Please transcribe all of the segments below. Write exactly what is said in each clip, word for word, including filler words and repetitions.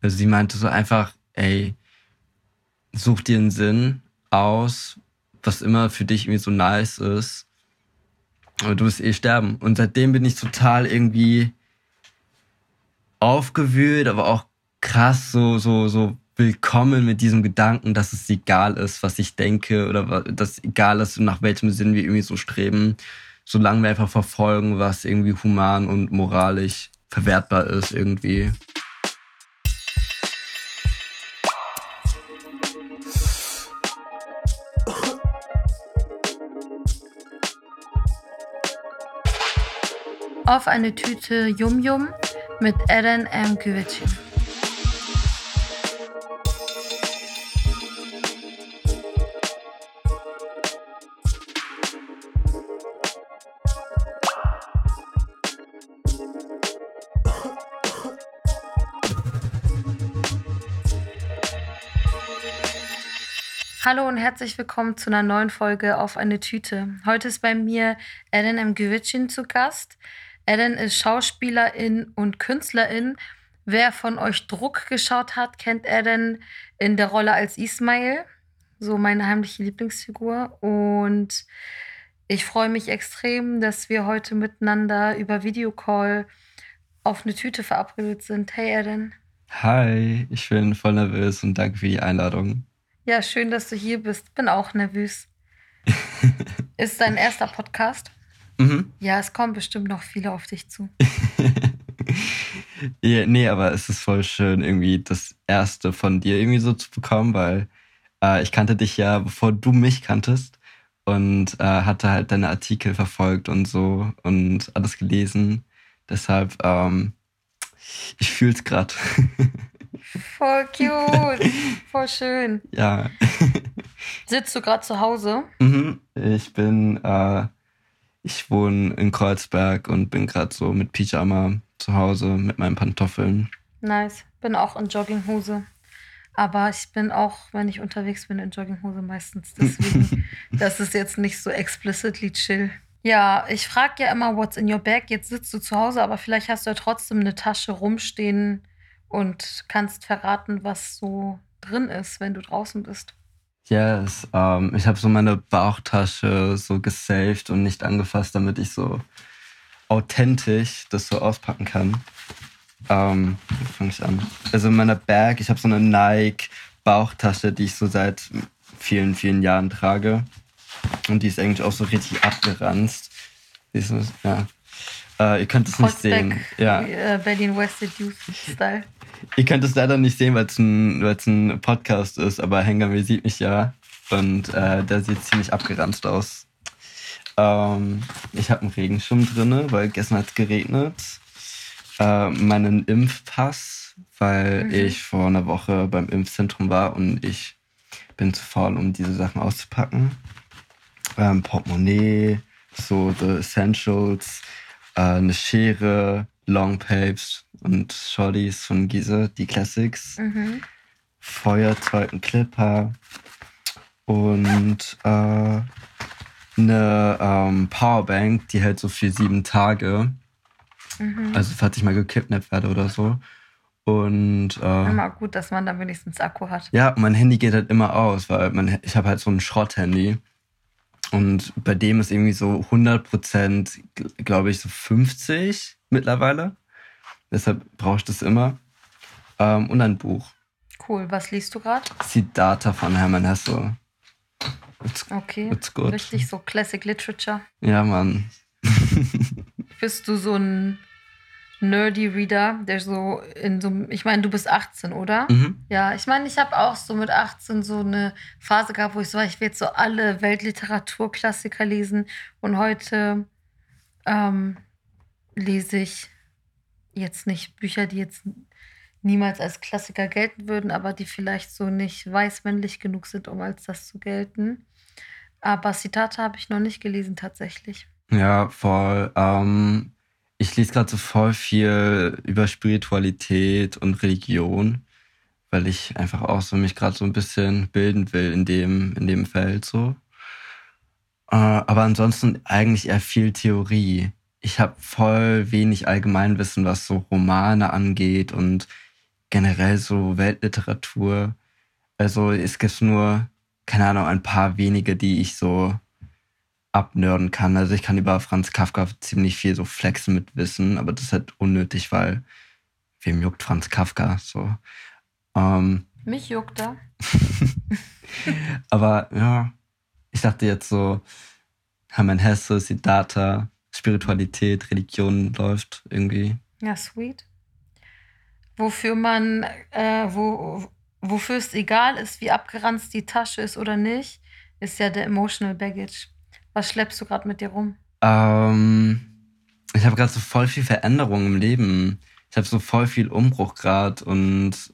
Also sie meinte so einfach, ey, such dir einen Sinn aus, was immer für dich irgendwie so nice ist. Aber du wirst eh sterben. Und seitdem bin ich total irgendwie aufgewühlt, aber auch krass so, so, so willkommen mit diesem Gedanken, dass es egal ist, was ich denke oder dass egal ist, nach welchem Sinn wir irgendwie so streben, solange wir einfach verfolgen, was irgendwie human und moralisch verwertbar ist irgendwie. Auf eine Tüte Yum Yum mit Eren M. Güveçin. Hallo und herzlich willkommen zu einer neuen Folge Auf eine Tüte. Heute ist bei mir Eren M. Güveçin zu Gast. Eren ist Schauspielerin und Künstlerin. Wer von euch Druck geschaut hat, kennt Eren in der Rolle als Ismail, so meine heimliche Lieblingsfigur. Und ich freue mich extrem, dass wir heute miteinander über Videocall auf eine Tüte verabredet sind. Hey Eren. Hi, ich bin voll nervös und danke für die Einladung. Ja, schön, dass du hier bist. Bin auch nervös. Ist dein erster Podcast? Mhm. Ja, es kommen bestimmt noch viele auf dich zu. Ja, nee, aber es ist voll schön, irgendwie das erste von dir irgendwie so zu bekommen, weil äh, ich kannte dich ja, bevor du mich kanntest und äh, hatte halt deine Artikel verfolgt und so und alles gelesen. Deshalb, ähm, ich fühl's grad. Voll cute, voll schön. Ja. Sitzt du gerade zu Hause? Mhm. Ich bin, äh, ich wohne in Kreuzberg und bin gerade so mit Pyjama zu Hause mit meinen Pantoffeln. Nice. Bin auch in Jogginghose. Aber ich bin auch, wenn ich unterwegs bin, in Jogginghose meistens. Deswegen, das ist jetzt nicht so explicitly chill. Ja, ich frage ja immer, what's in your bag? Jetzt sitzt du zu Hause, aber vielleicht hast du ja trotzdem eine Tasche rumstehen und kannst verraten, was so drin ist, wenn du draußen bist. Yes, ähm, ich habe so meine Bauchtasche so gesaved und nicht angefasst, damit ich so authentisch das so auspacken kann. Ähm, wie fange ich an? Also in meiner Bag, ich habe so eine Nike Bauchtasche, die ich so seit vielen, vielen Jahren trage. Und die ist eigentlich auch so richtig abgeranzt. Die ist so, ja. Äh, ihr könnt es nicht sehen. Ja. Äh, Berlin Wasted Youth Style. Ihr könnt es leider nicht sehen, weil es ein, weil's ein Podcast ist, aber Hengame sieht mich ja. Und äh, der sieht ziemlich abgeranzt aus. Ähm, ich habe einen Regenschirm drin, weil gestern hat es geregnet. Äh, meinen Impfpass, weil mhm. ich vor einer Woche beim Impfzentrum war und ich bin zu faul, um diese Sachen auszupacken. Ähm, Portemonnaie, so The Essentials, äh, eine Schere, Long Papes und Shorties von Giese, die Classics. Mhm. Feuerzeug, ein Clipper und äh, eine ähm, Powerbank, die hält so für sieben Tage. Mhm. Also falls ich mal gekidnappt werde oder so. Und äh, immer gut, dass man dann wenigstens Akku hat. Ja, mein Handy geht halt immer aus, weil mein, ich habe halt so ein Schrott-Handy. Und bei dem ist irgendwie so hundert Prozent, glaube ich, so fünfzig mittlerweile. Deshalb brauche ich das immer. Ähm, und ein Buch. Cool, was liest du gerade? Siddhartha von Hermann Hesse. It's, okay, it's good. Richtig so Classic Literature. Ja, Mann. Bist du so ein nerdy Reader, der so in so, ich meine, du bist achtzehn, oder? Mhm. Ja, ich meine, ich habe auch so mit achtzehn so eine Phase gehabt, wo ich so war, ich will jetzt so alle Weltliteraturklassiker lesen. Und heute ähm, lese ich jetzt nicht Bücher, die jetzt niemals als Klassiker gelten würden, aber die vielleicht so nicht weißmännlich genug sind, um als das zu gelten. Aber Siddhartha habe ich noch nicht gelesen, tatsächlich. Ja, voll. Ähm, ich lese gerade so voll viel über Spiritualität und Religion, weil ich einfach auch so mich gerade so ein bisschen bilden will in dem, in dem Feld so. Äh, aber ansonsten eigentlich eher viel Theorie. Ich habe voll wenig Allgemeinwissen, was so Romane angeht und generell so Weltliteratur. Also es gibt nur, keine Ahnung, ein paar wenige, die ich so abnörden kann. Also ich kann über Franz Kafka ziemlich viel so flexen mit Wissen, aber das ist halt unnötig, weil wem juckt Franz Kafka? So. Ähm, Mich juckt er. aber ja, ich dachte jetzt so, Hermann Hesse, Siddhartha, Spiritualität, Religion läuft irgendwie. Ja, sweet. Wofür man, äh, wo, wofür es egal ist, wie abgeranzt die Tasche ist oder nicht, ist ja der Emotional Baggage. Was schleppst du gerade mit dir rum? Ähm, ich habe gerade so voll viel Veränderung im Leben. Ich habe so voll viel Umbruch gerade und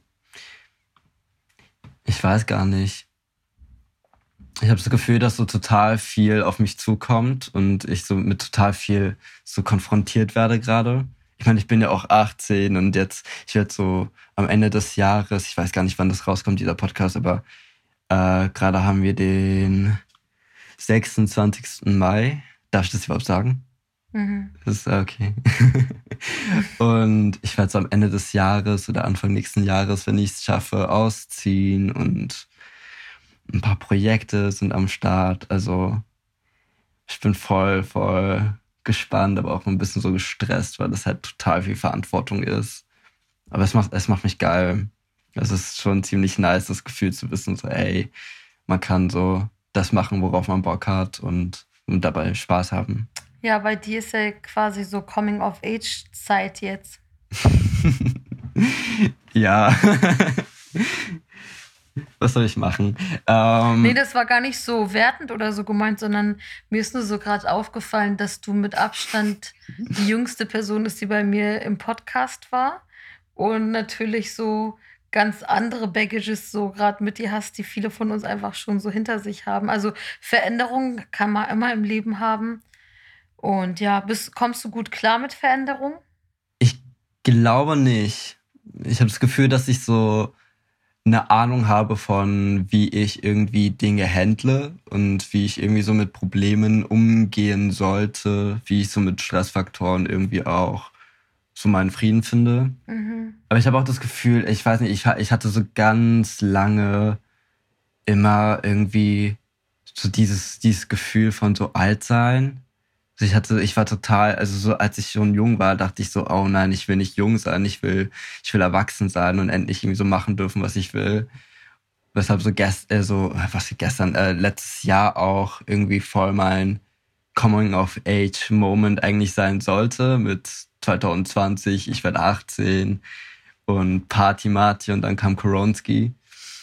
ich weiß gar nicht. Ich habe das Gefühl, dass so total viel auf mich zukommt und ich so mit total viel so konfrontiert werde gerade. Ich meine, ich bin ja auch achtzehn und jetzt, ich werde so am Ende des Jahres, ich weiß gar nicht, wann das rauskommt, dieser Podcast, aber äh, gerade haben wir den sechsundzwanzigsten Mai. Darf ich das überhaupt sagen? Mhm. Das ist okay. Und ich werde so am Ende des Jahres oder Anfang nächsten Jahres, wenn ich es schaffe, ausziehen und ein paar Projekte sind am Start. Also ich bin voll, voll gespannt, aber auch ein bisschen so gestresst, weil das halt total viel Verantwortung ist. Aber es macht, es macht mich geil. Es ist schon ziemlich nice, das Gefühl zu wissen, so ey, man kann so das machen, worauf man Bock hat und, und dabei Spaß haben. Ja, bei dir ist ja quasi so Coming-of-Age-Zeit jetzt. Ja. Was soll ich machen? Ähm, Nee, das war gar nicht so wertend oder so gemeint, sondern mir ist nur so gerade aufgefallen, dass du mit Abstand die jüngste Person ist, die bei mir im Podcast war. Und natürlich so ganz andere Baggages so gerade mit dir hast, die viele von uns einfach schon so hinter sich haben. Also Veränderung kann man immer im Leben haben. Und ja, bist, kommst du gut klar mit Veränderung? Ich glaube nicht. Ich habe das Gefühl, dass ich so eine Ahnung habe von, wie ich irgendwie Dinge handle und wie ich irgendwie so mit Problemen umgehen sollte, wie ich so mit Stressfaktoren irgendwie auch so meinen Frieden finde. Mhm. Aber ich habe auch das Gefühl, ich weiß nicht, ich, ich hatte so ganz lange immer irgendwie so dieses, dieses Gefühl von so alt sein. Also ich hatte, ich war total, also so als ich schon jung war, dachte ich so, oh nein, ich will nicht jung sein, ich will, ich will erwachsen sein und endlich irgendwie so machen dürfen, was ich will. Weshalb so gest, äh, so, was gestern, äh, letztes Jahr auch irgendwie voll mein Coming-of-Age-Moment eigentlich sein sollte mit zwanzig zwanzig, ich werde achtzehn und Party Marty und dann kam Koronski.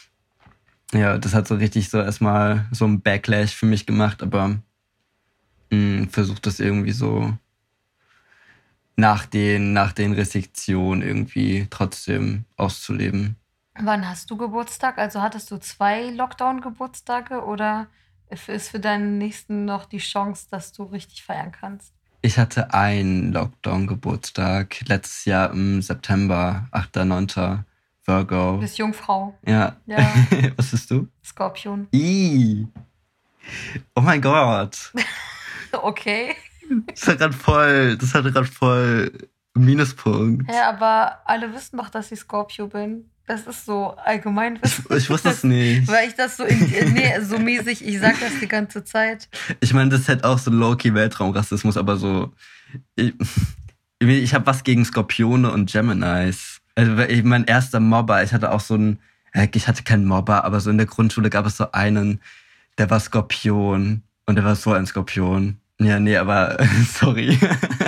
Ja, das hat so richtig so erstmal so ein Backlash für mich gemacht, aber versucht das irgendwie so nach den, nach den Restriktionen irgendwie trotzdem auszuleben. Wann hast du Geburtstag? Also hattest du zwei Lockdown-Geburtstage oder ist für deinen nächsten noch die Chance, dass du richtig feiern kannst? Ich hatte einen Lockdown-Geburtstag letztes Jahr im September, achter neunter Virgo. Du bist Jungfrau. Ja. Ja. Was bist du? Skorpion. Ih. Oh mein Gott. Okay. Das hat gerade voll, das hatte gerade voll Minuspunkt. Ja, aber alle wissen doch, dass ich Skorpio bin. Das ist so allgemein. Ich, ich wusste es nicht. Weil ich das so, in, nee, so mäßig, ich sag das die ganze Zeit. Ich meine, das ist halt auch so low-key Weltraumrassismus, aber so, ich, ich habe was gegen Skorpione und Geminis. Also ich, mein erster Mobber, ich hatte auch so einen, ich hatte keinen Mobber, aber so in der Grundschule gab es so einen, der war Skorpion und der war so ein Skorpion. Ja, nee, aber sorry.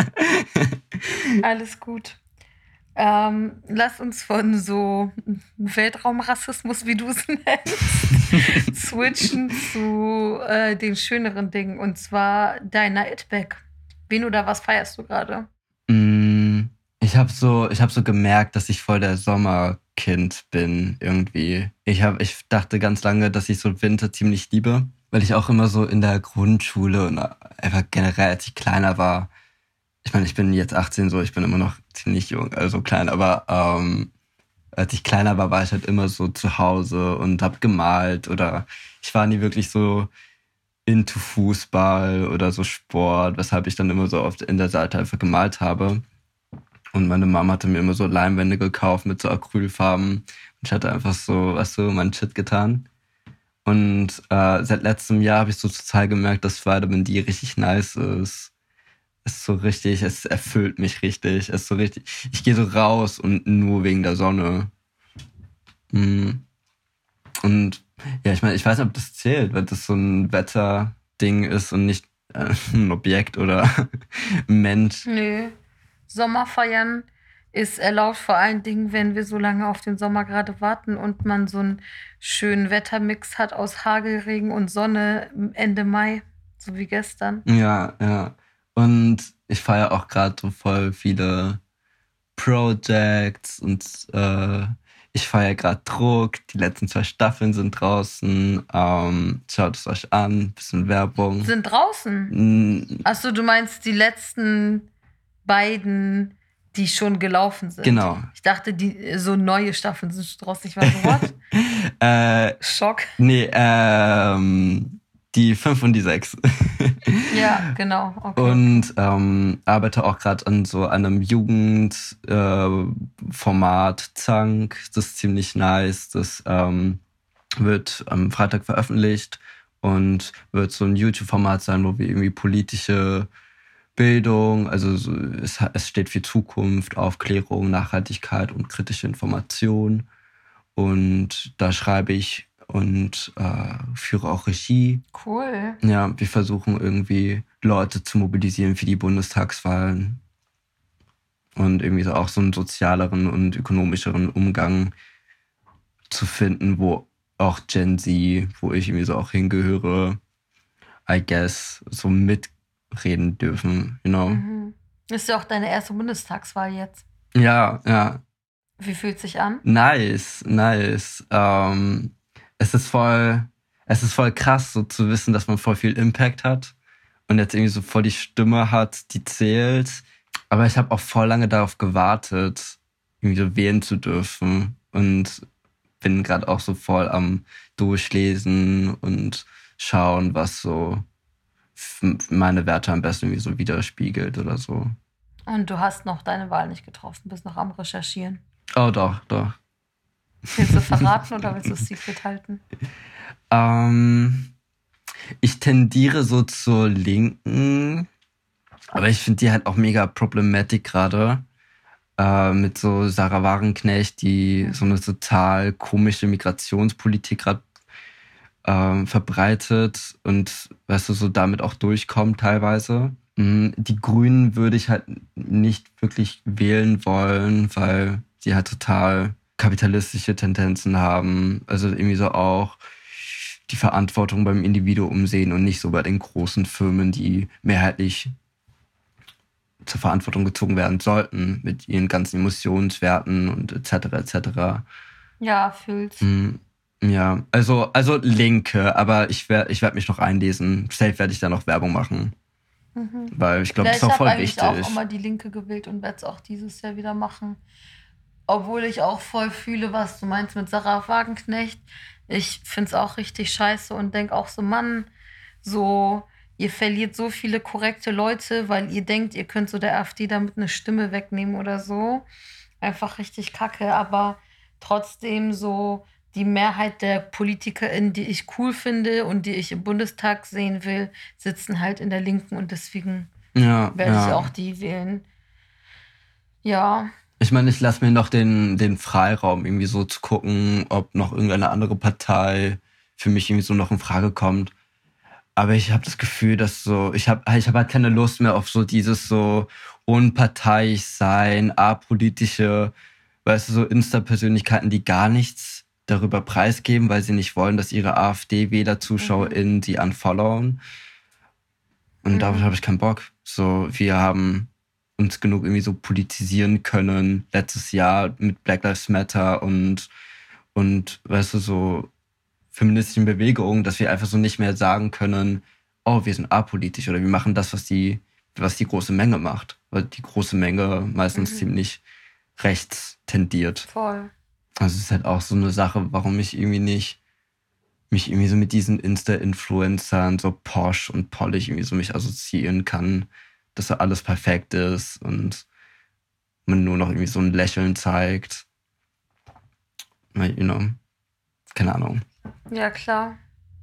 Alles gut. Ähm, lass uns von so Weltraumrassismus, wie du es nennst, switchen zu äh, den schöneren Dingen. Und zwar deiner It-Bag. Wen oder was feierst du gerade? Mm, ich habe so, ich hab so gemerkt, dass ich voll der Sommerkind bin irgendwie. Ich, hab, ich dachte ganz lange, dass ich so Winter ziemlich liebe, weil ich auch immer so in der Grundschule und einfach generell, als ich kleiner war, ich meine, ich bin jetzt achtzehn, so, ich bin immer noch ziemlich jung, also klein, aber ähm, als ich kleiner war, war ich halt immer so zu Hause und hab gemalt oder ich war nie wirklich so into Fußball oder so Sport, weshalb ich dann immer so oft in der Seite einfach gemalt habe. Und meine Mama hatte mir immer so Leinwände gekauft mit so Acrylfarben. Und ich hatte einfach so, weißt du, meinen Shit getan. Und äh, seit letztem Jahr habe ich so total gemerkt, dass Vitamin D richtig nice ist. Es ist so richtig, es erfüllt mich richtig. Es ist so richtig. Ich gehe so raus und nur wegen der Sonne. Mhm. Und ja, ich meine, ich weiß nicht, ob das zählt, weil das so ein Wetterding ist und nicht äh, ein Objekt oder ein Mensch. Nö. Sommerfeiern ist erlaubt, vor allen Dingen, wenn wir so lange auf den Sommer gerade warten und man so einen schönen Wettermix hat aus Hagelregen und Sonne Ende Mai, so wie gestern. Ja, ja. Und ich feiere auch gerade so voll viele Projects und äh, ich feiere gerade Druck. Die letzten zwei Staffeln sind draußen. Ähm, schaut es euch an. Bisschen Werbung. Sind draußen. Mm, Achso, du meinst die letzten beiden, die schon gelaufen sind. Genau. Ich dachte, die so neue Staffeln sind schon draußen. Ich war so, what? äh, Schock. nee, ähm, die fünf und die sechs. Ja, genau. Okay. Und ähm, arbeite auch gerade an so einem Jugendformat äh, Zank. Das ist ziemlich nice. Das ähm, wird am Freitag veröffentlicht und wird so ein YouTube-Format sein, wo wir irgendwie politische Bildung, also so, es, es steht für Zukunft, Aufklärung, Nachhaltigkeit und kritische Information. Und da schreibe ich und äh, führe auch Regie. Cool. Ja, wir versuchen irgendwie Leute zu mobilisieren für die Bundestagswahlen und irgendwie so auch so einen sozialeren und ökonomischeren Umgang zu finden, wo auch Gen Z, wo ich irgendwie so auch hingehöre, I guess, so mitreden dürfen, you know? Mhm. Ist ja auch deine erste Bundestagswahl jetzt. Ja, ja. Wie fühlt sich an? Nice, nice. Ähm, es ist voll, es ist voll krass, so zu wissen, dass man voll viel Impact hat und jetzt irgendwie so voll die Stimme hat, die zählt. Aber ich habe auch voll lange darauf gewartet, irgendwie so wählen zu dürfen und bin gerade auch so voll am Durchlesen und schauen, was so f- meine Werte am besten irgendwie so widerspiegelt oder so. Und du hast noch deine Wahl nicht getroffen, bist noch am Recherchieren. Oh, doch, doch. Willst du verraten oder willst du es secret halten? Ähm, ich tendiere so zur Linken, aber ich finde die halt auch mega problematisch gerade. Äh, mit so Sarah Wagenknecht, die so eine total komische Migrationspolitik gerade ähm, verbreitet und, weißt du, so damit auch durchkommt teilweise. Mhm, Die Grünen würde ich halt nicht wirklich wählen wollen, weil sie halt total kapitalistische Tendenzen haben. Also irgendwie so auch die Verantwortung beim Individuum sehen und nicht so bei den großen Firmen, die mehrheitlich zur Verantwortung gezogen werden sollten mit ihren ganzen Emissionswerten und et cetera et cetera. Ja, fühl's. Mm, Ja, also, also Linke, aber ich werde ich werd mich noch einlesen. Safe werde ich da noch Werbung machen, Mhm. weil ich glaube, Ja, das ist ich auch habe voll eigentlich wichtig. auch immer die Linke gewählt und werde es auch dieses Jahr wieder machen. Obwohl ich auch voll fühle, was du meinst mit Sarah Wagenknecht. Ich finde es auch richtig scheiße und denke auch so, Mann, so, ihr verliert so viele korrekte Leute, weil ihr denkt, ihr könnt so der AfD damit eine Stimme wegnehmen oder so. Einfach richtig kacke, aber trotzdem so die Mehrheit der PolitikerInnen, die ich cool finde und die ich im Bundestag sehen will, sitzen halt in der Linken und deswegen Ja, werde ich ja. auch die wählen. Ja, Ich meine, ich lasse mir noch den, den Freiraum, irgendwie so zu gucken, ob noch irgendeine andere Partei für mich irgendwie so noch in Frage kommt. Aber ich habe das Gefühl, dass so, ich habe ich hab halt keine Lust mehr auf so dieses so unparteiisch sein, apolitische, weißt du, so Insta-Persönlichkeiten, die gar nichts darüber preisgeben, weil sie nicht wollen, dass ihre AfD-Wähler-ZuschauerInnen sie unfollowen. Und Mhm. darauf habe ich keinen Bock. So, wir haben uns genug irgendwie so politisieren können letztes Jahr mit Black Lives Matter und, und weißt du, so feministischen Bewegungen, dass wir einfach so nicht mehr sagen können, oh, wir sind apolitisch oder wir machen das, was die, was die große Menge macht. Weil die große Menge meistens Mhm. ziemlich rechts tendiert. voll. Also es ist halt auch so eine Sache, warum ich irgendwie nicht mich irgendwie so mit diesen Insta-Influencern so posh und polig irgendwie so mich assoziieren kann, dass so alles perfekt ist und man nur noch irgendwie so ein Lächeln zeigt. You know, keine Ahnung. Ja, klar.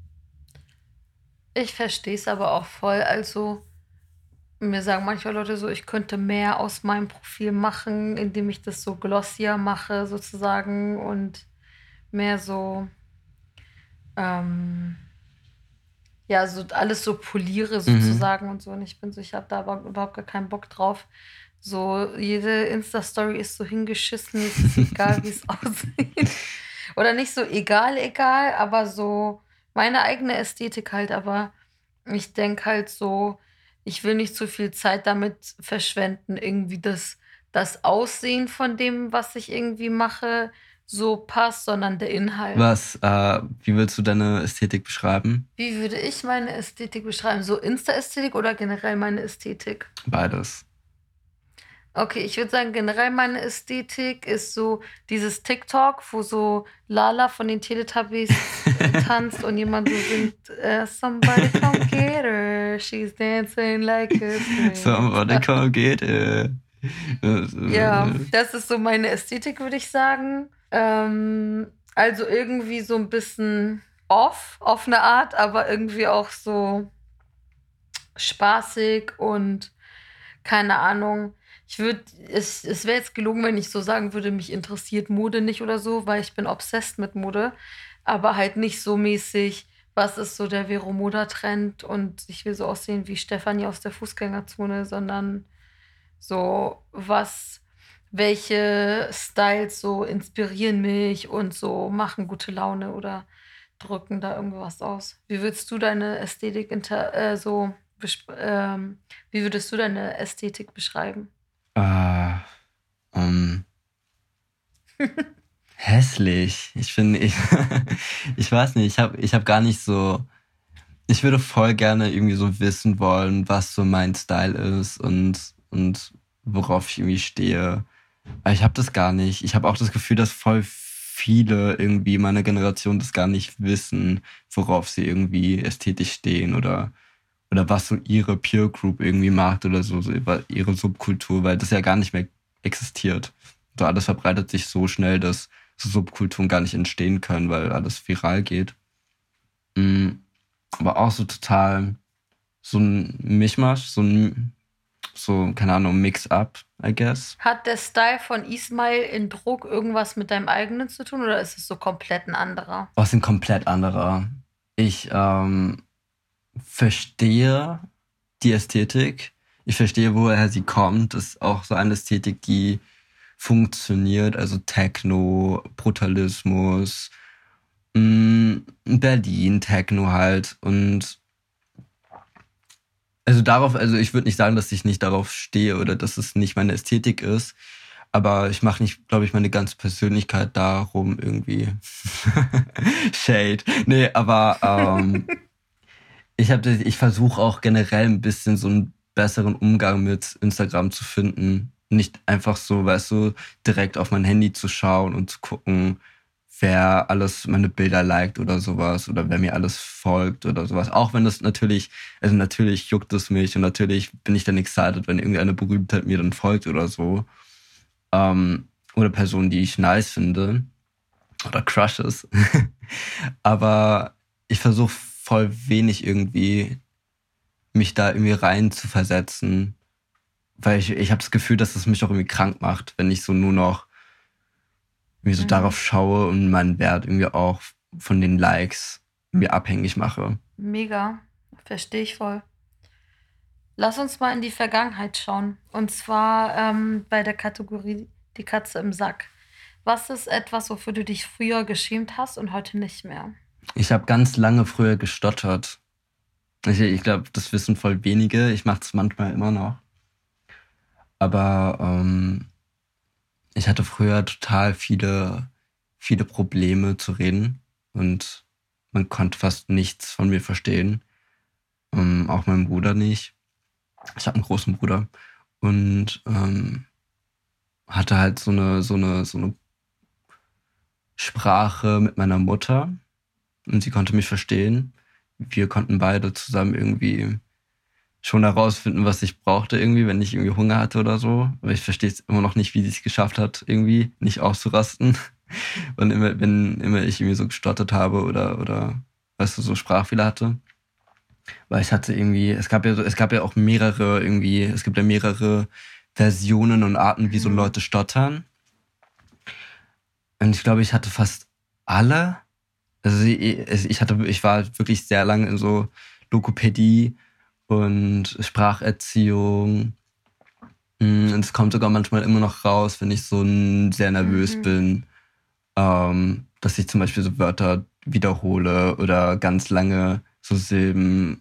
Ich verstehe es aber auch voll. Also, mir sagen manche Leute so, ich könnte mehr aus meinem Profil machen, indem ich das so glossier mache, sozusagen, und mehr so, ähm, ja, so alles so poliere, Mhm. sozusagen und so. Und ich bin so, ich habe da aber überhaupt gar keinen Bock drauf. So, jede Insta-Story ist so hingeschissen, es ist egal, wie es aussieht. Oder nicht so egal, egal, aber so meine eigene Ästhetik halt. Aber ich denke halt so, ich will nicht zu viel Zeit damit verschwenden, irgendwie das, das Aussehen von dem, was ich irgendwie mache, so passt, sondern der Inhalt. Was, äh, wie willst du deine Ästhetik beschreiben? Wie würde ich meine Ästhetik beschreiben? So Insta-Ästhetik oder generell meine Ästhetik? Beides. Okay, ich würde sagen, generell meine Ästhetik ist so dieses TikTok, wo so Lala von den Teletubbies äh, tanzt und jemand so singt, äh, Somebody come get her, she's dancing like a queen. Somebody come get it. Ja, das ist so meine Ästhetik, würde ich sagen. Ähm, also irgendwie so ein bisschen off, auf eine Art, aber irgendwie auch so spaßig und keine Ahnung. Ich würde, es, es wäre jetzt gelogen, wenn ich so sagen würde, mich interessiert Mode nicht oder so, weil ich bin obsessed mit Mode, aber halt nicht so mäßig, was ist so der Vero Moda-Trend und ich will so aussehen wie Stefanie aus der Fußgängerzone, sondern so was, welche Styles so inspirieren mich und so machen gute Laune oder drücken da irgendwas aus. Wie würdest du deine Ästhetik inter, äh, so besp- ähm, wie würdest du deine Ästhetik beschreiben? Äh, ähm, hässlich. Ich finde, ich, ich weiß nicht, ich habe ich hab gar nicht so. Ich würde voll gerne irgendwie so wissen wollen, was so mein Style ist und, und worauf ich irgendwie stehe. Aber ich habe das gar nicht. Ich habe auch das Gefühl, dass voll viele irgendwie meiner Generation das gar nicht wissen, worauf sie irgendwie ästhetisch stehen oder, oder was so ihre Peer Group irgendwie macht oder so, so über ihre Subkultur, weil das ja gar nicht mehr existiert. So alles verbreitet sich so schnell, dass so Subkulturen gar nicht entstehen können, weil alles viral geht. Mm, aber auch so total so ein Mischmasch, so ein, so, keine Ahnung, Mix-up, I guess. Hat der Style von Ismail in Druck irgendwas mit deinem eigenen zu tun oder ist es so komplett ein anderer? Was ein komplett anderer. Ich ähm, verstehe die Ästhetik. Ich verstehe, woher sie kommt. Das ist auch so eine Ästhetik, die funktioniert. Also Techno, Brutalismus, mh, Berlin, Techno halt. Und also darauf, also ich würde nicht sagen, dass ich nicht darauf stehe oder dass es nicht meine Ästhetik ist. Aber ich mache nicht, glaube ich, meine ganze Persönlichkeit darum irgendwie. Shade. Nee, aber ähm, ich habe, ich versuche auch generell ein bisschen so einen besseren Umgang mit Instagram zu finden. Nicht einfach so, weißt du, direkt auf mein Handy zu schauen und zu gucken, wer alles meine Bilder liked oder sowas oder wer mir alles folgt oder sowas. Auch wenn das natürlich, also natürlich juckt es mich und natürlich bin ich dann excited, wenn irgendeine Berühmtheit mir dann folgt oder so. Ähm, oder Personen, die ich nice finde. Oder Crushes. Aber ich versuche voll wenig irgendwie mich da irgendwie rein zu versetzen. Weil ich, ich habe das Gefühl, dass es mich auch irgendwie krank macht, wenn ich so nur noch irgendwie so Mhm. darauf schaue und meinen Wert irgendwie auch von den Likes irgendwie abhängig mache. Mega, verstehe ich voll. Lass uns mal in die Vergangenheit schauen. Und zwar ähm, bei der Kategorie Die Katze im Sack. Was ist etwas, wofür du dich früher geschämt hast und heute nicht mehr? Ich habe ganz lange früher gestottert. Ich, ich glaube, das wissen voll wenige. Ich mache es manchmal immer noch. Aber ähm, ich hatte früher total viele, viele Probleme zu reden und man konnte fast nichts von mir verstehen. Ähm, auch mein Bruder nicht. Ich habe einen großen Bruder und ähm, hatte halt so eine, so eine, so eine Sprache mit meiner Mutter und sie konnte mich verstehen. Wir konnten beide zusammen irgendwie schon herausfinden, was ich brauchte irgendwie, wenn ich irgendwie Hunger hatte oder so. Aber ich verstehe es immer noch nicht, wie sie es geschafft hat, irgendwie nicht auszurasten. Und immer, wenn immer ich irgendwie so gestottert habe oder, oder, weißt du, so Sprachfehler hatte. Weil ich hatte irgendwie, es gab ja, so- es gab ja auch mehrere irgendwie, es gibt ja mehrere Versionen und Arten, wie so Mhm. Leute stottern. Und ich glaube, ich hatte fast alle. Also ich ich hatte, ich war wirklich sehr lange in so Logopädie und Spracherziehung. Mm, Und es kommt sogar manchmal immer noch raus, wenn ich so n- sehr nervös Mhm. bin, ähm, dass ich zum Beispiel so Wörter wiederhole oder ganz lange so Silben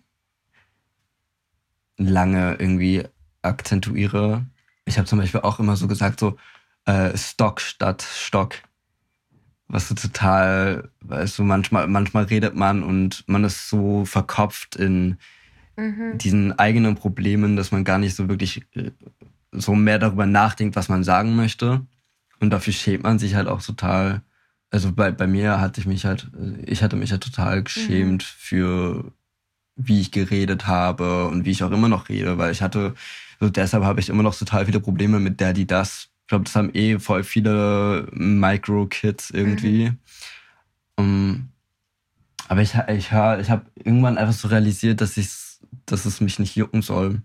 lange irgendwie akzentuiere. Ich habe zum Beispiel auch immer so gesagt, so äh, Stock statt Stock. Was so total, weißt du, manchmal, manchmal redet man und man ist so verkopft in Mhm. diesen eigenen Problemen, dass man gar nicht so wirklich äh, so mehr darüber nachdenkt, was man sagen möchte. Und dafür schämt man sich halt auch total. Also bei, bei mir hatte ich mich halt, äh, ich hatte mich halt total Mhm. geschämt für, wie ich geredet habe und wie ich auch immer noch rede, weil ich hatte, so deshalb habe ich immer noch total viele Probleme mit der, die, das. Ich glaube, das haben eh voll viele Micro-Kids Mhm. irgendwie. Um, aber ich, ich, hör- ich habe irgendwann einfach so realisiert, dass ich's, dass es mich nicht jucken soll.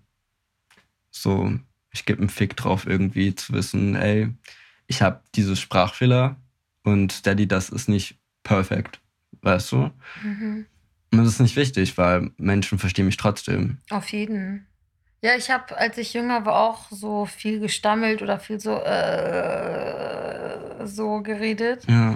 So, ich gebe einen Fick drauf, irgendwie zu wissen, ey, ich habe diese Sprachfehler und Daddy, das ist nicht perfekt. Weißt du? Mhm. Und das ist nicht wichtig, weil Menschen verstehen mich trotzdem. Auf jeden. Ja, ich habe, als ich jünger war, auch so viel gestammelt oder viel so äh, so geredet Ja,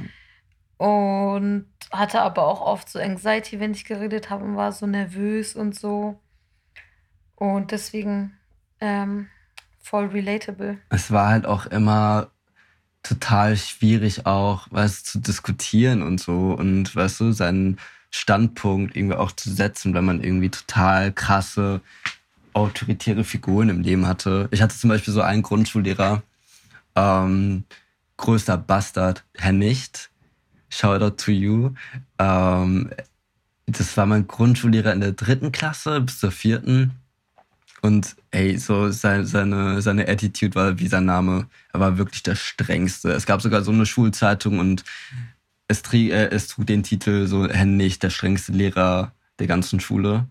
und hatte aber auch oft so Anxiety, wenn ich geredet habe und war so nervös und so. Und deswegen ähm, voll relatable. es war halt auch immer total schwierig auch, was zu diskutieren und so und weißt du, seinen Standpunkt irgendwie auch zu setzen, wenn man irgendwie total krasse autoritäre Figuren im Leben hatte. Ich hatte zum Beispiel so einen Grundschullehrer, ähm, größter Bastard, Herr Nicht, shout out to you. Ähm, das war mein Grundschullehrer in der dritten Klasse bis zur vierten. Und ey, so seine, seine, seine Attitude war wie sein Name. Er war wirklich der Strengste. Es gab sogar so eine Schulzeitung und es, tri äh, es trug den Titel so Hennig, der strengste Lehrer der ganzen Schule.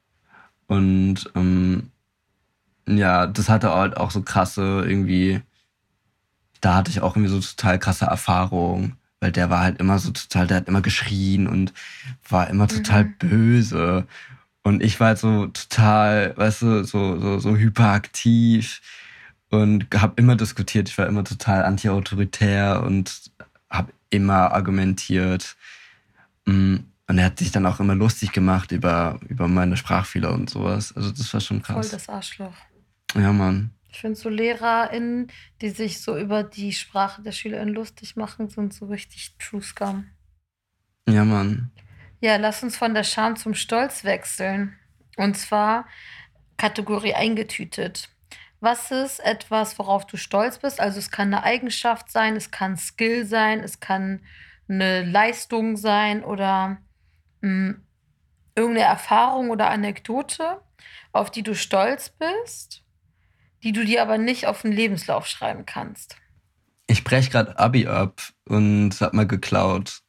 Und ähm, ja, das hatte halt auch so krasse irgendwie, da hatte ich auch irgendwie so total krasse Erfahrungen, weil der war halt immer so total, der hat immer geschrien und war immer total Mhm. böse. Und ich war halt so total, weißt du, so, so, so hyperaktiv und habe immer diskutiert. Ich war immer total anti-autoritär und habe immer argumentiert. Mm, Und er hat sich dann auch immer lustig gemacht über, über meine Sprachfehler und sowas. Also das war schon Voll krass. das Arschloch. Ja, Mann. Ich finde so LehrerInnen, die sich so über die Sprache der SchülerInnen lustig machen, sind so richtig True Scum. Ja, Mann. Ja, lass uns von der Scham zum Stolz wechseln. Und zwar Kategorie eingetütet. Was ist etwas, worauf du stolz bist? Also es kann eine Eigenschaft sein, es kann Skill sein, es kann eine Leistung sein oder mh, irgendeine Erfahrung oder Anekdote, auf die du stolz bist, die du dir aber nicht auf den Lebenslauf schreiben kannst. Ich brech grad Abi ab und hab mal geklaut.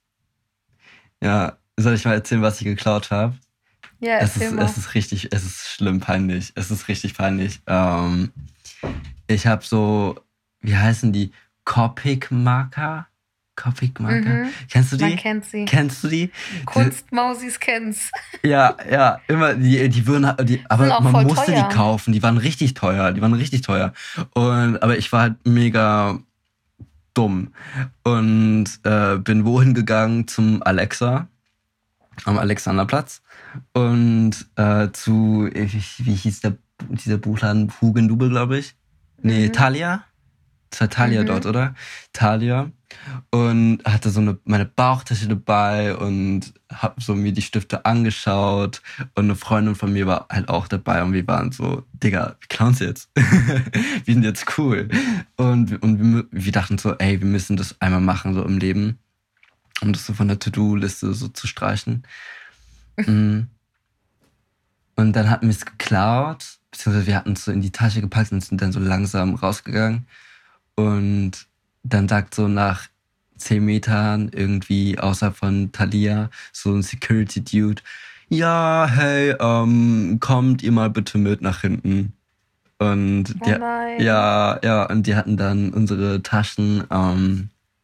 Ja, soll ich mal erzählen, was ich geklaut habe? Ja, Es erzähl ist, es mal. ist richtig, es ist schlimm peinlich. Es ist richtig peinlich. Ähm, ich habe so, wie heißen die? Copic-Marker? Copic-Marker? Mhm. Kennst du Man die? kennt sie. Kennst du die? die Kunstmausis kennt's. ja, ja, immer, die, die würden, die, Die sind aber auch man voll musste die teuer. kaufen. Die waren richtig teuer. Die waren richtig teuer. Und, aber ich war halt mega dumm und äh, bin wohin gegangen zum Alexa am Alexanderplatz und äh, zu, wie, wie hieß der, dieser Buchladen? Hugendubel, glaube ich. Nee, Mhm. Thalia? Das war Thalia dort, Mhm. oder? Thalia. Und hatte so eine, meine Bauchtasche dabei und hab so mir die Stifte angeschaut. Und eine Freundin von mir war halt auch dabei und wir waren so, Digga, wir klauen sie jetzt. Wir sind jetzt cool. Und, wir- und wir, wir dachten so, ey, wir müssen das einmal machen, so im Leben. Um das so von der To-Do-Liste so zu streichen. Mm. Und dann hatten wir es geklaut, beziehungsweise wir hatten es so in die Tasche gepackt und sind dann so langsam rausgegangen. Und dann sagt so nach zehn Metern irgendwie außerhalb von Thalia so ein Security-Dude, ja, hey, ähm, kommt ihr mal bitte mit nach hinten. Und Oh die, nein. ja, ja, und die hatten dann unsere Taschen ähm,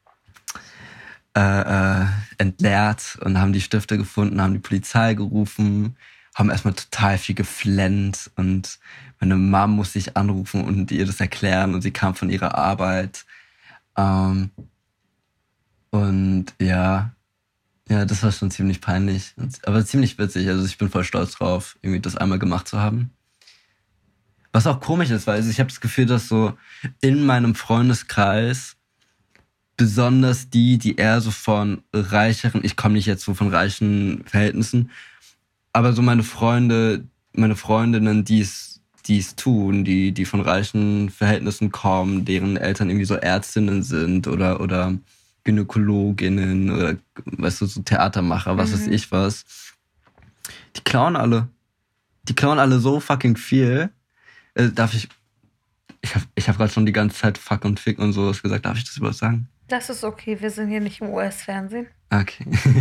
äh, äh, entleert und haben die Stifte gefunden, haben die Polizei gerufen, haben erstmal total viel geflennt und meine Mom musste ich anrufen und ihr das erklären und sie kam von ihrer Arbeit. Ähm, und ja, ja, das war schon ziemlich peinlich, aber ziemlich witzig. Also ich bin voll stolz drauf, irgendwie das einmal gemacht zu haben. Was auch komisch ist, weil also ich habe das Gefühl, dass so in meinem Freundeskreis besonders die, die eher so von reicheren, ich komme nicht jetzt so von reichen Verhältnissen, aber so meine Freunde, meine Freundinnen, die es, die es tun, die, die von reichen Verhältnissen kommen, deren Eltern irgendwie so Ärztinnen sind oder, oder Gynäkologinnen oder, weißt du, so Theatermacher, was weiß Mhm. ich was. Die klauen alle. Die klauen alle so fucking viel. Äh, darf ich, ich habe ich hab gerade schon die ganze Zeit Fuck und Fick und sowas gesagt. Darf ich das überhaupt sagen? Das ist okay, wir sind hier nicht im U S-Fernsehen. Okay.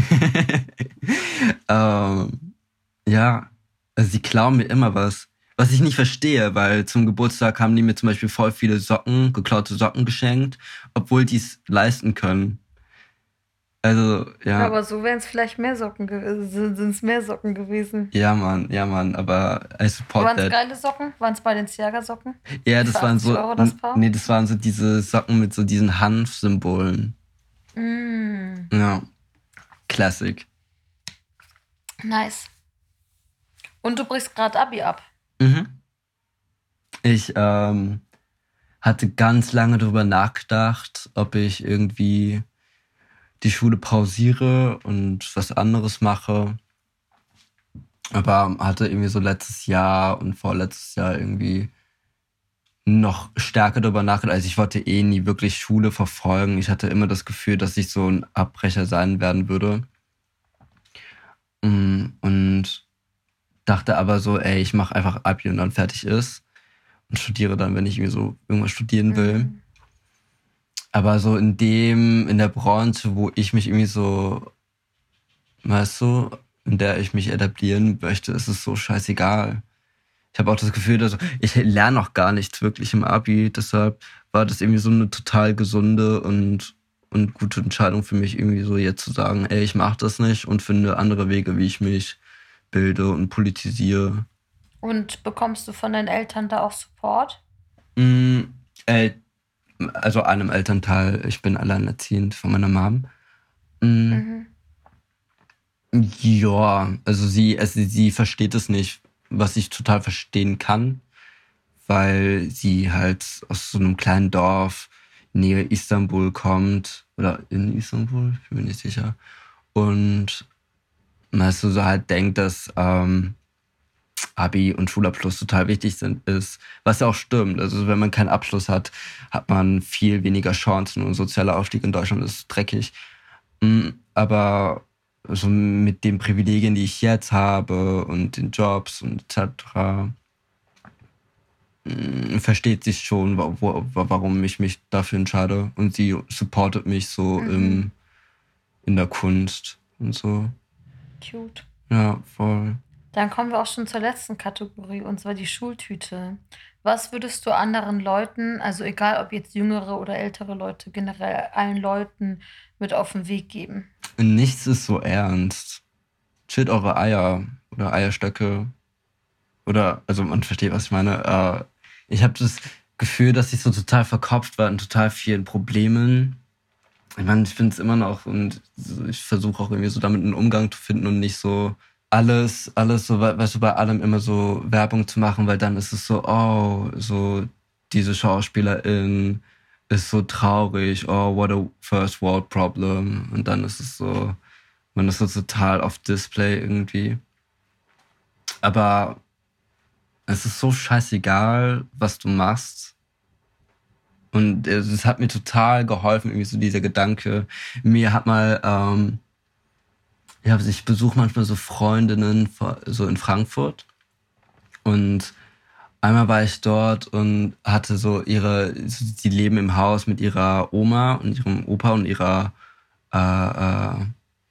ähm, ja, also die klauen mir immer was. Was ich nicht verstehe, weil zum Geburtstag haben die mir zum Beispiel voll viele Socken, geklaute Socken geschenkt, obwohl die es leisten können. Also, ja, Aber so wären es vielleicht mehr Socken gewesen, sind es mehr Socken gewesen. ja, Mann, ja, Mann, aber I support Waren es that. geile Socken? Waren es Balenciaga-Socken? Ja, das Für waren achtzig so, Euro das Paar? nee, das waren so diese Socken mit so diesen Hanf-Symbolen. Mm, Ja, Classic. nice. Und du brichst gerade Abi ab. Mhm. Ich ähm, hatte ganz lange darüber nachgedacht, ob ich irgendwie die Schule pausiere und was anderes mache. Aber hatte irgendwie so letztes Jahr und vorletztes Jahr irgendwie noch stärker darüber nachgedacht. Also ich wollte eh nie wirklich Schule verfolgen. Ich hatte immer das Gefühl, dass ich so ein Abbrecher sein werden würde. Mm, Und dachte aber so, ey, ich mache einfach Abi und dann fertig ist. Und studiere dann, wenn ich irgendwie so irgendwas studieren will. Mm. Aber so in dem, in der Branche, wo ich mich irgendwie so, weißt du, in der ich mich etablieren möchte, ist es so scheißegal. Ich habe auch das Gefühl, dass ich lerne noch gar nichts wirklich im Abi. Deshalb war das irgendwie so eine total gesunde und, und gute Entscheidung für mich, irgendwie so jetzt zu sagen, ey, ich mache das nicht und finde andere Wege, wie ich mich bilde und politisiere. Und bekommst du von deinen Eltern da auch Support? Mm, äh, also einem Elternteil, ich bin alleinerziehend von meiner Mom. Mm, Mhm. ja, also sie, also sie versteht es nicht, was ich total verstehen kann, weil sie halt aus so einem kleinen Dorf nähe Istanbul kommt oder in Istanbul, ich bin mir nicht sicher. Und weißt du, so halt denkt, dass ähm, Abi und Schulabschluss total wichtig sind, ist, was ja auch stimmt. Also wenn man keinen Abschluss hat, hat man viel weniger Chancen und sozialer Aufstieg in Deutschland ist dreckig. Mm, Aber so mit den Privilegien, die ich jetzt habe und den Jobs und et cetera, mm, versteht sich schon, wa- wo, wa- warum ich mich dafür entscheide. Und sie supportet mich so Mhm. im, in der Kunst und so. Cute. Ja, voll. Dann kommen wir auch schon zur letzten Kategorie, und zwar die Schultüte. Was würdest du anderen Leuten, also egal ob jetzt jüngere oder ältere Leute, generell allen Leuten mit auf den Weg geben? Nichts ist so ernst. Chillt eure Eier oder Eierstöcke. Oder, also man versteht, was ich meine. Äh, ich habe das Gefühl, dass ich so total verkopft war in total vielen Problemen. Ich meine, ich finde es immer noch und so- ich versuche auch irgendwie so damit einen Umgang zu finden und nicht so alles, alles so, we- weißt du, bei allem immer so Werbung zu machen, weil dann ist es so, oh, so diese Schauspielerin ist so traurig, oh, what a first world problem. Und dann ist es so, man ist so total auf Display irgendwie. Aber es ist so scheißegal, was du machst. Und es es hat mir total geholfen, irgendwie so dieser Gedanke. Mir hat mal, ähm, ja, also ich besuche manchmal so Freundinnen vor- so in Frankfurt. Und einmal war ich dort und hatte so ihre, sie leben im Haus mit ihrer Oma und ihrem Opa und ihrer äh, äh,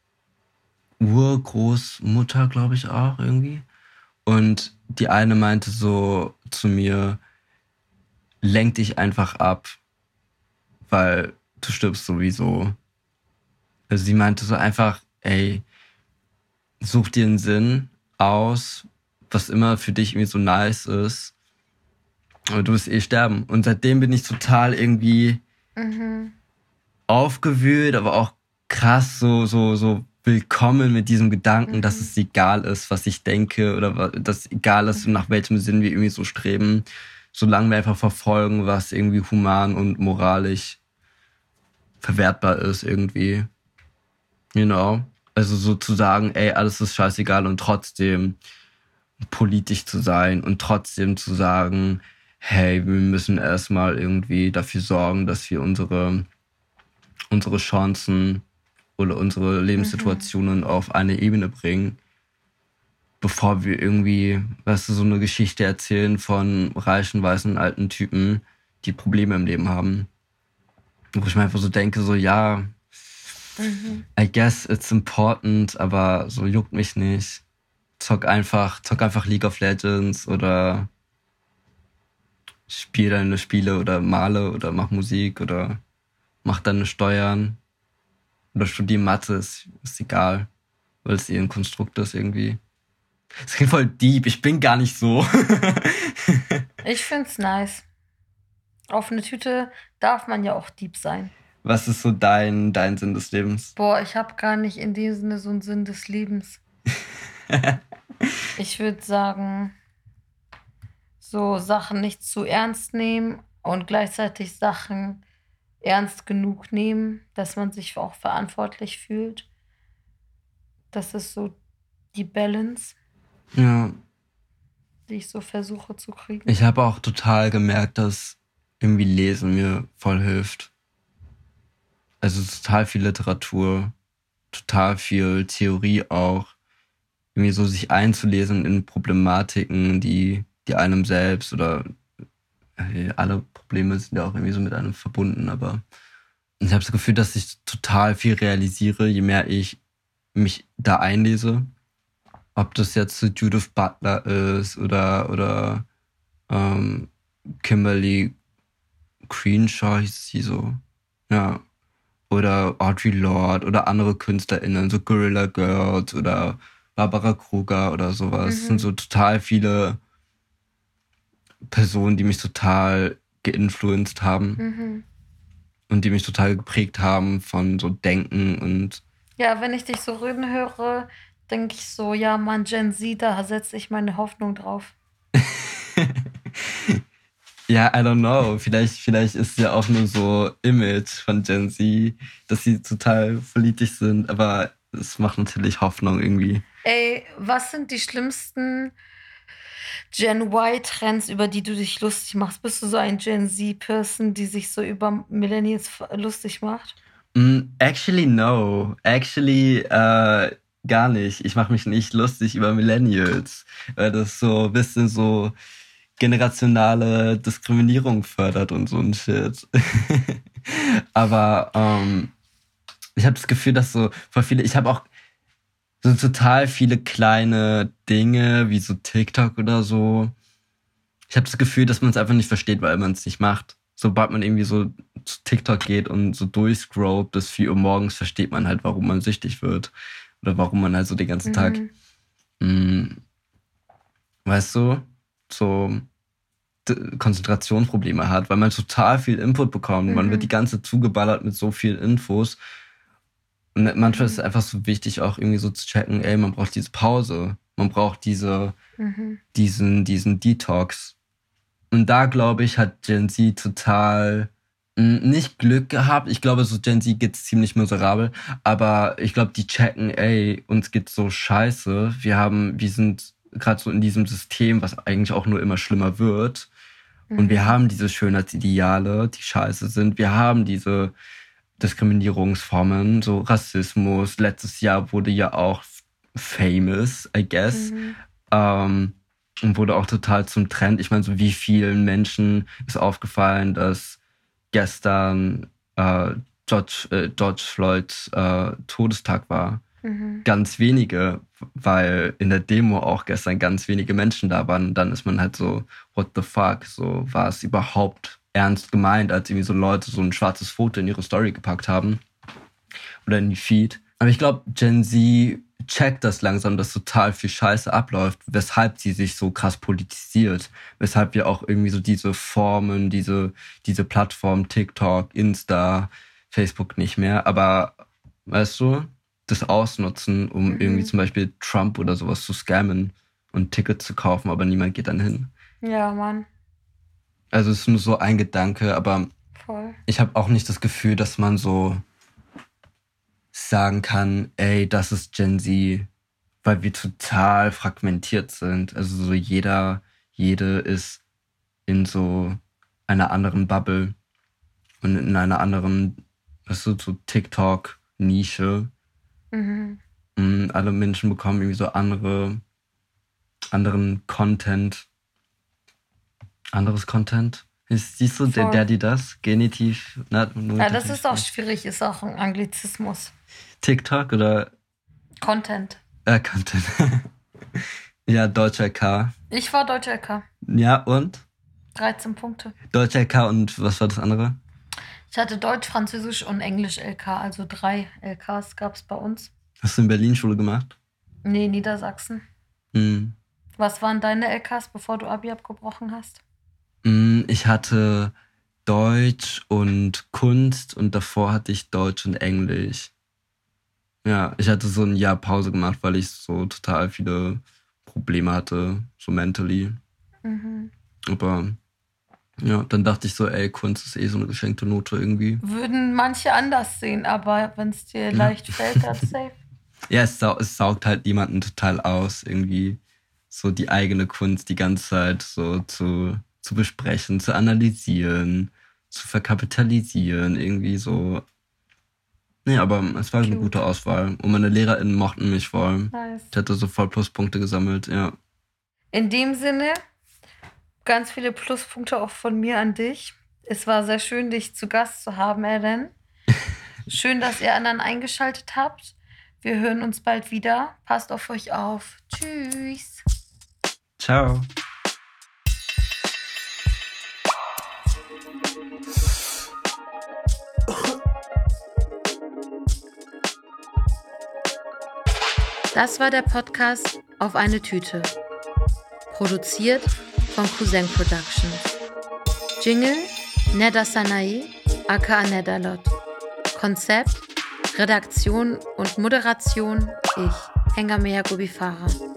Urgroßmutter, glaube ich auch irgendwie. Und die eine meinte so zu mir, lenk dich einfach ab, weil du stirbst sowieso. Also sie meinte so einfach, ey, such dir einen Sinn aus, was immer für dich irgendwie so nice ist. Aber du wirst eh sterben. Und seitdem bin ich total irgendwie Mhm. aufgewühlt, aber auch krass so, so, so willkommen mit diesem Gedanken, Mhm. dass es egal ist, was ich denke oder dass egal ist, nach welchem Sinn wir irgendwie so streben, solange wir einfach verfolgen, was irgendwie human und moralisch verwertbar ist irgendwie. You know? Also so zu sagen, ey, alles ist scheißegal und trotzdem politisch zu sein und trotzdem zu sagen, hey, wir müssen erstmal irgendwie dafür sorgen, dass wir unsere, unsere Chancen oder unsere Lebenssituationen mhm. auf eine Ebene bringen, bevor wir irgendwie, weißt du, so eine Geschichte erzählen von reichen, weißen, alten Typen, die Probleme im Leben haben. Wo ich mir einfach so denke, so ja, mhm. I guess it's important, aber so juckt mich nicht. Zock einfach, zock einfach League of Legends oder spiel deine Spiele oder male oder mach Musik oder mach deine Steuern oder studier Mathe, ist, ist egal, weil es eh ein Konstrukt ist irgendwie. Es klingt voll deep, ich bin gar nicht so. Ich find's nice. Auf eine Tüte darf man ja auch deep sein. Was ist so dein, dein Sinn des Lebens? Boah, ich habe gar nicht in dem Sinne so einen Sinn des Lebens. Ich würde sagen, so Sachen nicht zu ernst nehmen und gleichzeitig Sachen ernst genug nehmen, dass man sich auch verantwortlich fühlt. Das ist so die Balance, ja, die ich so versuche zu kriegen. Ich habe auch total gemerkt, dass irgendwie Lesen mir voll hilft. Also total viel Literatur, total viel Theorie auch. Irgendwie so sich einzulesen in Problematiken, die, die einem selbst oder äh, alle Probleme sind ja auch irgendwie so mit einem verbunden, aber ich habe das Gefühl, dass ich total viel realisiere, je mehr ich mich da einlese. Ob das jetzt Judith Butler ist oder, oder ähm, Kimberly Crenshaw hieß sie so. Ja. Oder Audre Lorde oder andere KünstlerInnen, so Guerrilla Girls oder Barbara Kruger oder sowas. Mhm. Das sind so total viele Personen, die mich total geinfluenced haben. Mhm. Und die mich total geprägt haben von so Denken und... Ja, wenn ich dich so reden höre, denke ich so, ja, Mann, Gen Z, da setze ich meine Hoffnung drauf. Ja, I don't know. Vielleicht, vielleicht ist ja auch nur so Image von Gen Z, dass sie total politisch sind, aber es macht natürlich Hoffnung irgendwie. Ey, was sind die schlimmsten Gen Y-Trends, über die du dich lustig machst? Bist du so ein Gen Z-Person, die sich so über Millennials lustig macht? Mm, actually, no. Actually, äh, gar nicht. Ich mache mich nicht lustig über Millennials, weil das so ein bisschen so generationale Diskriminierung fördert und so ein Shit. Aber ähm, ich habe das Gefühl, dass so voll viele, ich habe auch so total viele kleine Dinge, wie so TikTok oder so. Ich habe das Gefühl, dass man es einfach nicht versteht, weil man es nicht macht. Sobald man irgendwie so zu TikTok geht und so durchscrollt bis vier Uhr morgens, versteht man halt, warum man süchtig wird. Oder warum man halt so den ganzen mhm. Tag, mh, weißt du, so D- Konzentrationsprobleme hat, weil man total viel Input bekommt. Mhm. Man wird die ganze Zeit zugeballert mit so viel Infos. Und manchmal ist es einfach so wichtig, auch irgendwie so zu checken, ey, man braucht diese Pause. Man braucht diese, mhm. diesen, diesen Detox. Und da, glaube ich, hat Gen Z total mh, nicht Glück gehabt. Ich glaube, so Gen Z geht's ziemlich miserabel. Aber ich glaube, die checken, ey, uns geht's so scheiße. Wir haben, wir sind gerade so in diesem System, was eigentlich auch nur immer schlimmer wird. Mhm. Und wir haben diese Schönheitsideale, die scheiße sind. Wir haben diese Diskriminierungsformen, so Rassismus. Letztes Jahr wurde ja auch famous, I guess. Mhm. Ähm, und wurde auch total zum Trend. Ich meine, so wie vielen Menschen ist aufgefallen, dass gestern äh, George, äh, George Floyds äh, Todestag war. Mhm. Ganz wenige, weil in der Demo auch gestern ganz wenige Menschen da waren. Und dann ist man halt so, what the fuck? So, war es überhaupt ernst gemeint, als irgendwie so Leute so ein schwarzes Foto in ihre Story gepackt haben? Oder in die Feed. Aber ich glaube, Gen Z checkt das langsam, dass total viel Scheiße abläuft, weshalb sie sich so krass politisiert. Weshalb wir auch irgendwie so diese Formen, diese, diese Plattformen, TikTok, Insta, Facebook nicht mehr, aber weißt du, das ausnutzen, um Mhm. irgendwie zum Beispiel Trump oder sowas zu scammen und Tickets zu kaufen, aber niemand geht dann hin. Ja, Mann, Also es ist nur so ein Gedanke, aber voll. ich habe auch nicht das Gefühl, dass man so sagen kann, ey, das ist Gen Z, weil wir total fragmentiert sind. Also so jeder, jede ist in so einer anderen Bubble und in einer anderen, weißt du, so TikTok-Nische. Mhm. Und alle Menschen bekommen irgendwie so andere, anderen Content. Anderes Content? Ist, siehst du, der, Voll. der, die das? Genitiv? Na, nur Ja, das Genitiv. ist auch schwierig, ist auch ein Anglizismus. TikTok oder Content. äh, Content? Ja, Deutscher K. Ich war Deutscher L K. Ja, und? dreizehn Punkte. Deutscher L K und was war das andere? Ich hatte Deutsch, Französisch und Englisch L K, also drei L Ks gab es bei uns. Hast du in Berlin Schule gemacht? Nee, Niedersachsen. Hm. Was waren deine L Ks, bevor du Abi abgebrochen hast? Hm, Ich hatte Deutsch und Kunst und davor hatte ich Deutsch und Englisch. Ja, ich hatte so ein Jahr Pause gemacht, weil ich so total viele Probleme hatte, so mentally. Mhm. Aber ja, dann dachte ich so, ey, Kunst ist eh so eine geschenkte Note irgendwie. Würden manche anders sehen, aber wenn es dir leicht fällt, dann safe. Ja, es, sau es saugt halt jemanden total aus, irgendwie so die eigene Kunst die ganze Zeit so zu, zu besprechen, zu analysieren, zu verkapitalisieren, irgendwie so. Nee, aber es war eine Cute. gute Auswahl. Und meine LehrerInnen mochten mich vor allem. Nice. Ich hatte so voll Pluspunkte gesammelt, ja. In dem Sinne, ganz viele Pluspunkte auch von mir an dich. Es war sehr schön, dich zu Gast zu haben, Eren. Schön, dass ihr anderen eingeschaltet habt. Wir hören uns bald wieder. Passt auf euch auf. Tschüss. Ciao. Das war der Podcast Auf eine Tüte. Produziert von Cousin Productions. Jingle Neda Sanae, aka Nedalot. Konzept, Redaktion und Moderation ich, Hengame Yakubi Farah.